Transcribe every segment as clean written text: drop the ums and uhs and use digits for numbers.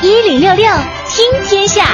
1066听天下，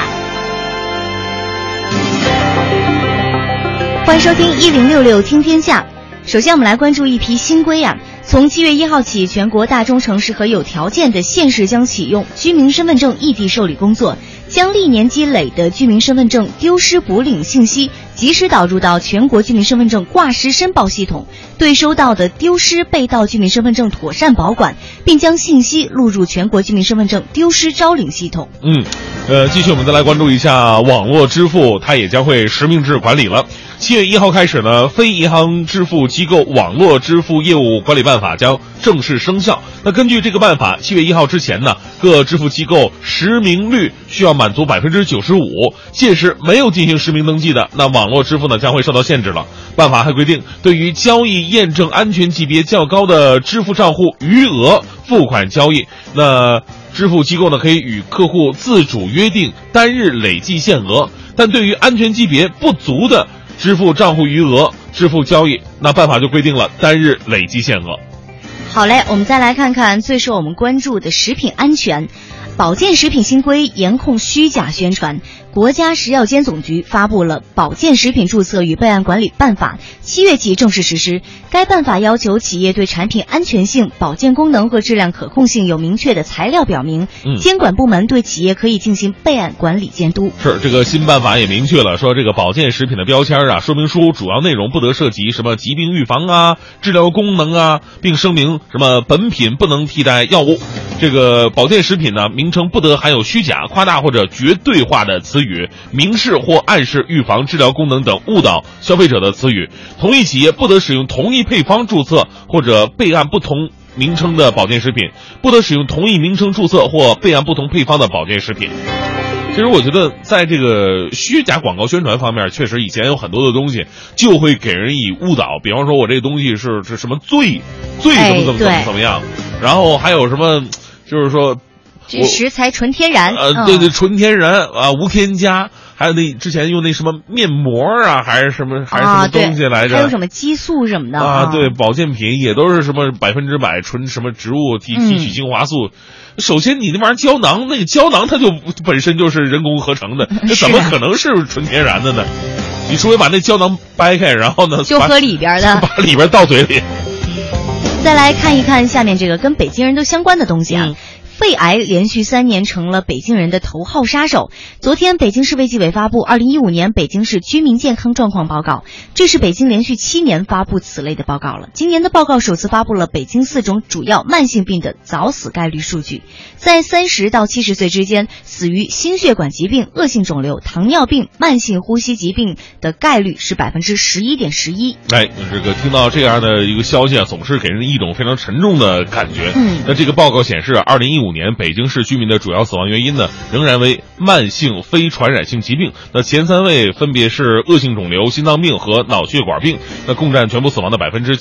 欢迎收听1066听天下。首先我们来关注一批新规啊。从7月1号起，全国大中城市和有条件的县市将启用居民身份证异地受理工作，将历年积累的居民身份证丢失补领信息及时导入到全国居民身份证挂失申报系统，对收到的丢失被盗居民身份证妥善保管，并将信息录入全国居民身份证丢失招领系统。 继续我们再来关注一下网络支付，它也将会实名制管理了。7月1号开始呢，非银行支付机构网络支付业务管理办法将正式生效。那根据这个办法，7月1号之前呢，各支付机构实名率需要满足95%，届时没有进行实名登记的，那网络支付呢将会受到限制了。办法还规定，对于交易验证安全级别较高的支付账户余额付款交易，那支付机构呢可以与客户自主约定单日累计限额，但对于安全级别不足的支付账户余额支付交易，那办法就规定了单日累计限额。 好嘞，我们再来看看最受我们关注的食品安全。保健食品新规严控虚假宣传，国家食药监总局发布了《保健食品注册与备案管理办法》，7月起正式实施。该办法要求企业对产品安全性、保健功能和质量可控性有明确的材料表明，监管部门对企业可以进行备案管理监督。 是，这个新办法也明确了，说这个保健食品的标签啊、说明书主要内容不得涉及什么疾病预防啊、治疗功能啊，并声明什么本品不能替代药物。这个保健食品呢，名称不得含有虚假、夸大或者绝对化的词语，明示或暗示预防、治疗功能等误导消费者的词语。同一企业不得使用同一配方注册或者备案不同名称的保健食品，不得使用同一名称注册或备案不同配方的保健食品。其实我觉得在这个虚假广告宣传方面，确实以前有很多的东西就会给人以误导，比方说我这个东西是什么醉怎么样，然后还有什么就是说这食材纯天然， 对，纯天然啊，无添加。还有那之前用那什么面膜啊，还是什么东西来着？ 还有什么激素什么的啊？对，保健品也都是什么100%纯什么植物提取精华素。首先，你那玩意儿胶囊，那个胶囊它就本身就是人工合成的，那怎么可能是纯天然的呢？你除非把那胶囊掰开，然后呢， 就喝里边的， 把里边倒嘴里。 再来看一看下面这个跟北京人都相关的东西啊。肺癌连续3年成了北京人的头号杀手。昨天，北京市卫计委发布2015年北京市居民健康状况报告，这是北京连续7年发布此类的报告了。今年的报告首次发布了北京4种主要慢性病的早死概率数据，在30到70岁之间，死于心血管疾病、恶性肿瘤、糖尿病、慢性呼吸疾病的概率是11.11%。 这个听到这样的一个消息啊，总是给人一种非常沉重的感觉。那这个报告显示，2015年北京市居民的主要死亡原因呢，仍然为慢性非传染性疾病。那前3位分别是恶性肿瘤、心脏病和脑血管病，那共占全部死亡的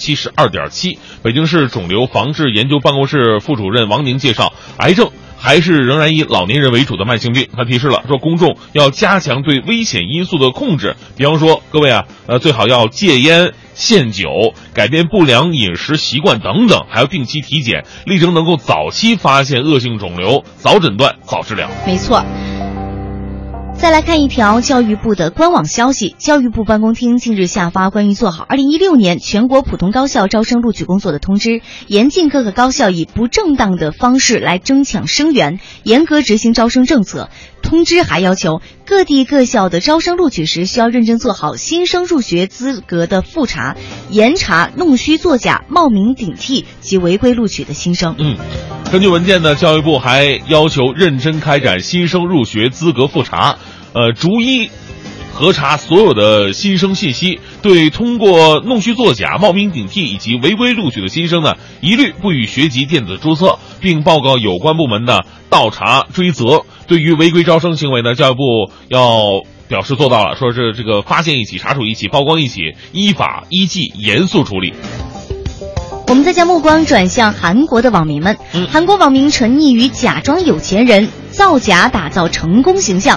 72.7%。北京市肿瘤防治研究办公室副主任王宁介绍，癌症还是仍然以老年人为主的慢性病。他提示了说，公众要加强对危险因素的控制，比方说各位最好要戒烟限酒，改变不良饮食习惯等等，还要定期体检，力争能够早期发现恶性肿瘤，早诊断早治疗。 没错。再来看一条教育部的官网消息，教育部办公厅近日下发关于做好2016年全国普通高校招生录取工作的通知，严禁各个高校以不正当的方式来争抢生源，严格执行招生政策。通知还要求各地各校的招生录取时需要认真做好新生入学资格的复查，严查弄虚作假、冒名顶替及违规录取的新生。 根据文件呢，教育部还要求认真开展新生入学资格复查，逐一核查所有的新生信息，对通过弄虚作假、冒名顶替以及违规录取的新生呢，一律不予学籍电子注册，并报告有关部门的倒查追责。对于违规招生行为呢，教育部要表示做到了，说是这个发现一起、查处一起、曝光一起，依法依纪严肃处理。 我们再将目光转向韩国的网民们，韩国网民沉溺于假装有钱人、造假打造成功形象。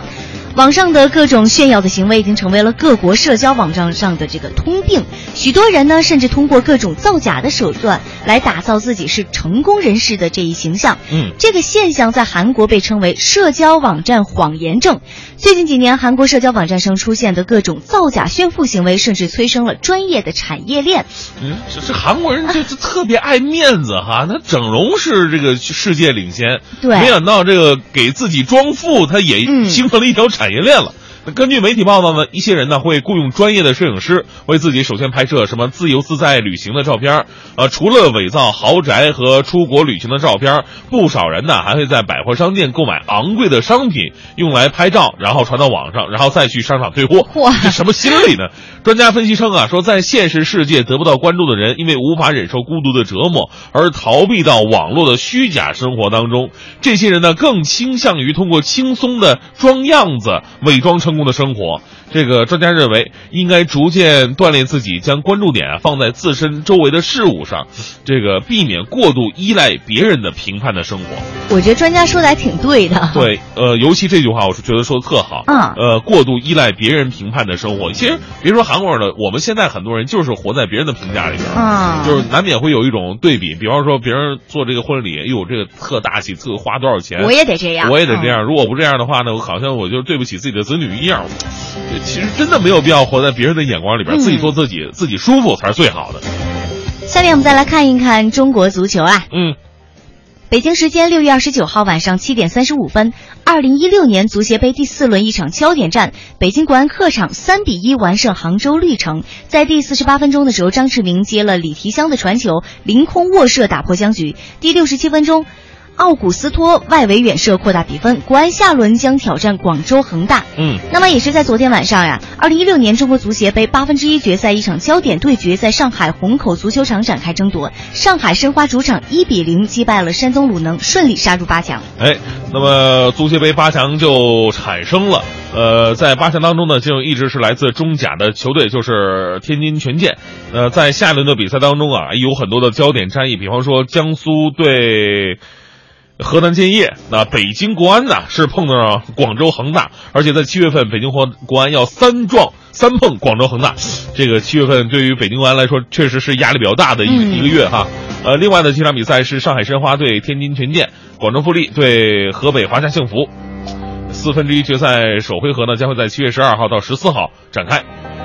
网上的各种炫耀的行为已经成为了各国社交网站上的这个通病，许多人呢甚至通过各种造假的手段来打造自己是成功人士的这一形象。这个现象在韩国被称为社交网站谎言症。最近几年，韩国社交网站上出现的各种造假炫富行为，甚至催生了专业的产业链。 这韩国人就特别爱面子哈，他整容是这个世界领先， 对， 没想到这个给自己装富，他也形成了一条产业链了。根据媒体报道呢，一些人呢会雇佣专业的摄影师为自己首先拍摄什么自由自在旅行的照片，除了伪造豪宅和出国旅行的照片，不少人呢还会在百货商店购买昂贵的商品用来拍照，然后传到网上，然后再去商场退货。这什么心理呢？专家分析称啊，说在现实世界得不到关注的人，因为无法忍受孤独的折磨，而逃避到网络的虚假生活当中。这些人呢更倾向于通过轻松的装样子伪装成功的生活。这个专家认为，应该逐渐锻炼自己，将关注点放在自身周围的事物上，这个避免过度依赖别人的评判的生活。 我觉得专家说的还挺对的。 对，尤其这句话，我是觉得说的特好。过度依赖别人评判的生活，其实别说韩国人了，我们现在很多人就是活在别人的评价里边，就是难免会有一种对比。比方说，别人做这个婚礼，哟，这个特大气，特花多少钱， 我也得这样， 我也得这样。如果不这样的话呢，好像我就对不起自己的子女一样。其实真的没有必要活在别人的眼光里边，自己做自己，自己舒服才是最好的。 下面我们再来看一看中国足球啊。北京时间6月29号晚上7点35分，2016年足协杯第4轮一场焦点战，北京国安客场3比1完胜杭州绿城。在第48分钟的时候，张志明接了李提香的传球，凌空卧射打破僵局。第67分钟，奥古斯托外围远射扩大比分，国安下轮将挑战广州恒大。那么也是在昨天晚上呀，2016年中国足协杯1/8决赛一场焦点对决在上海虹口足球场展开争夺，上海申花主场1比0击败了山东鲁能，顺利杀入8强。 那么足协杯8强就产生了。在8强当中呢，就一直是来自中甲的球队，就是天津权健。在下一轮的比赛当中啊，有很多的焦点战役，比方说江苏对河南建业，那北京国安呢是碰到广州恒大，而且在7月份，北京国安要三碰广州恒大。这个7月份对于北京国安来说，确实是压力比较大的一个月哈。另外的这场比赛是上海申花对天津权健，广州富力对河北华夏幸福。1/4决赛首回合呢，将会在7月12号到14号展开。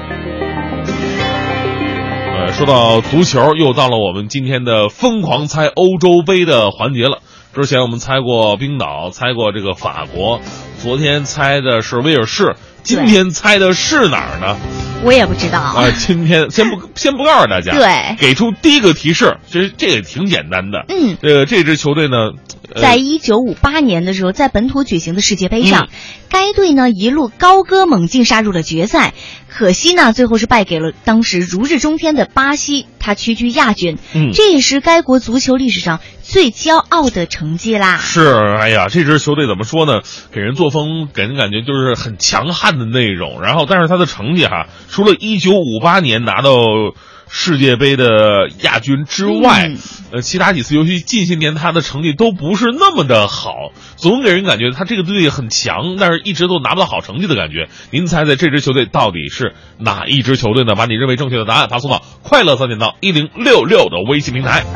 说到足球，又到了我们今天的疯狂猜欧洲杯的环节了。之前我们猜过冰岛，猜过这个法国，昨天猜的是威尔士，今天猜的是哪儿呢？ 我也不知道啊。 今天先不告诉大家， 对， 给出第一个提示，其实这也挺简单的。这支球队呢， 在1958年的时候，在本土举行的世界杯上，该队呢一路高歌猛进杀入了决赛，可惜呢最后是败给了当时如日中天的巴西，他屈居亚军。这也是该国足球历史上最骄傲的成绩啦。 是，哎呀，这支球队怎么说呢？给人作风，给人感觉就是很强悍的那种。然后，但是他的成绩哈，除了1958年拿到世界杯的亚军之外，其他几次，尤其近些年，他的成绩都不是那么的好，总给人感觉他这个队很强，但是一直都拿不到好成绩的感觉。您猜猜这支球队到底是哪一支球队呢？把你认为正确的答案发送到快乐3点到1066的微信平台。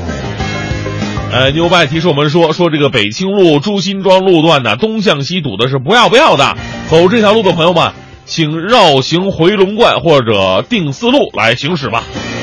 牛拜提示我们说这个北清路朱辛庄路段呢，东向西堵的是不要的，走这条路的朋友们，请绕行回龙观或者定思路来行驶吧。